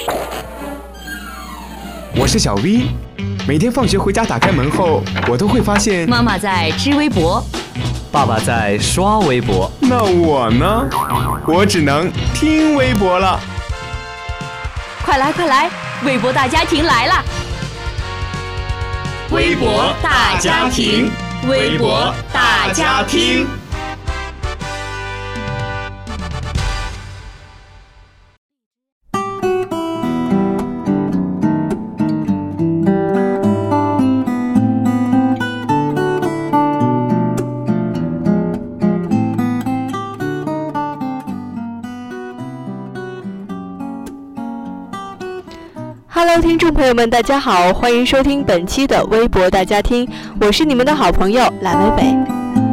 我是小 V， 每天放学回家打开门后，我都会发现妈妈在织微博， 爸爸在刷微博。 那我呢？我只能听微博了。 快来快来，微博大家庭来了！ 微博大家庭，微博大家庭。 Hello， 听众朋友们，大家好，欢迎收听本期的微博大家听，我是你们的好朋友蓝伟伟。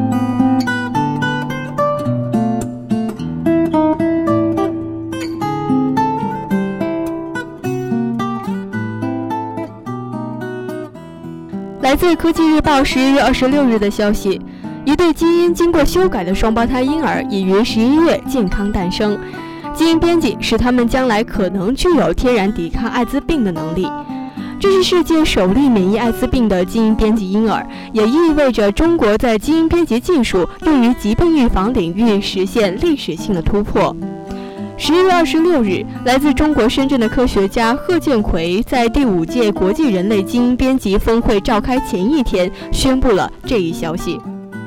来自科技日报11月26日的消息，一对基因经过修改的双胞胎婴儿已于11月健康诞生。基因编辑使他们将来可能具有天然抵抗艾滋病的能力。这是世界首例免疫艾滋病的基因编辑婴儿，也意味着中国在基因编辑技术用于疾病预防领域实现历史性的突破。11月26日，来自中国深圳的科学家贺建奎在第5届国际人类基因编辑峰会召开前一天宣布了这一消息。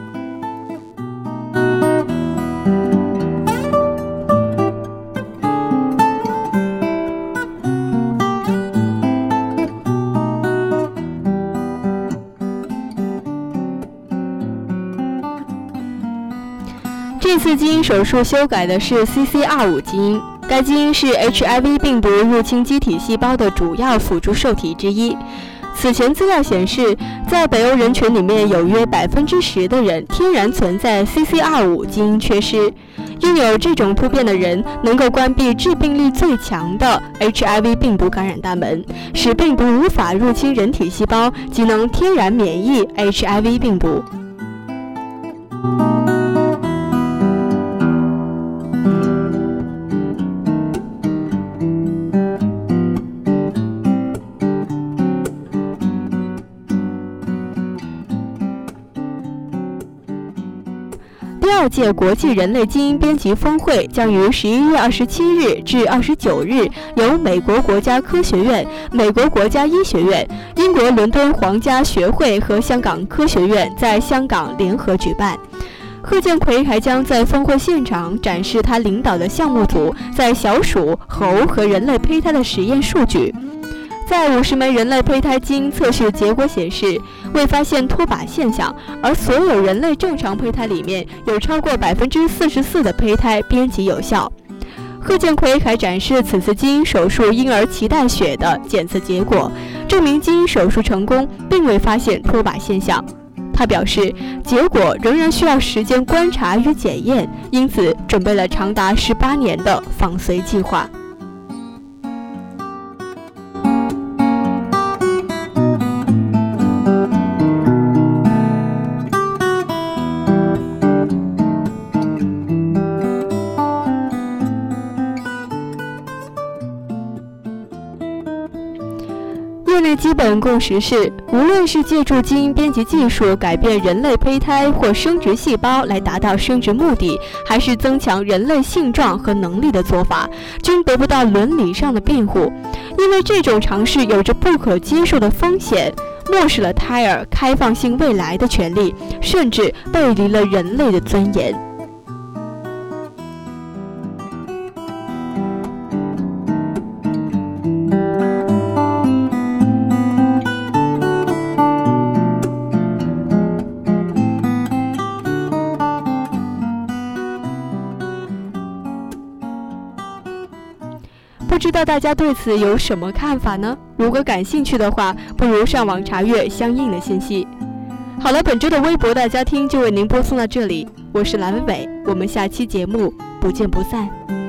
这次基因手术修改的是 CCR5 基因，该基因是 HIV 病毒入侵机体细胞的主要辅助受体之一。此前资料显示，在北欧人群里面有约10%的人天然存在 CCR5 基因缺失。拥有这种突变的人能够关闭致病力最强的 HIV 病毒感染大门，使病毒无法入侵人体细胞，即能天然免疫 HIV 病毒。第2届国际人类基因编辑峰会将于11月27日至29日由美国国家科学院、美国国家医学院、英国伦敦皇家学会和香港科学院在香港联合举办。贺建奎还将在峰会现场展示他领导的项目组在小鼠、猴和人类胚胎的实验数据。在50枚人类胚胎基因测试结果显示，未发现脱靶现象，而所有人类正常胚胎里面有超过44%的胚胎编辑有效。贺建奎还展示此次基因手术婴儿脐带血的检测结果，证明基因手术成功，并未发现脱靶现象。他表示，结果仍然需要时间观察与检验，因此准备了长达18年的仿随计划。业内基本共识是，无论是借助基因编辑技术改变人类胚胎或生殖细胞来达到生殖目的，还是增强人类性状和能力的做法，均得不到伦理上的辩护，因为这种尝试有着不可接受的风险，漠视了胎儿开放性未来的权利，甚至背离了人类的尊严。不知道大家对此有什么看法呢？如果感兴趣的话，不如上网查阅相应的信息。好了，本周的微博大家听就为您播送到这里，我是蓝伟伟，我们下期节目不见不散。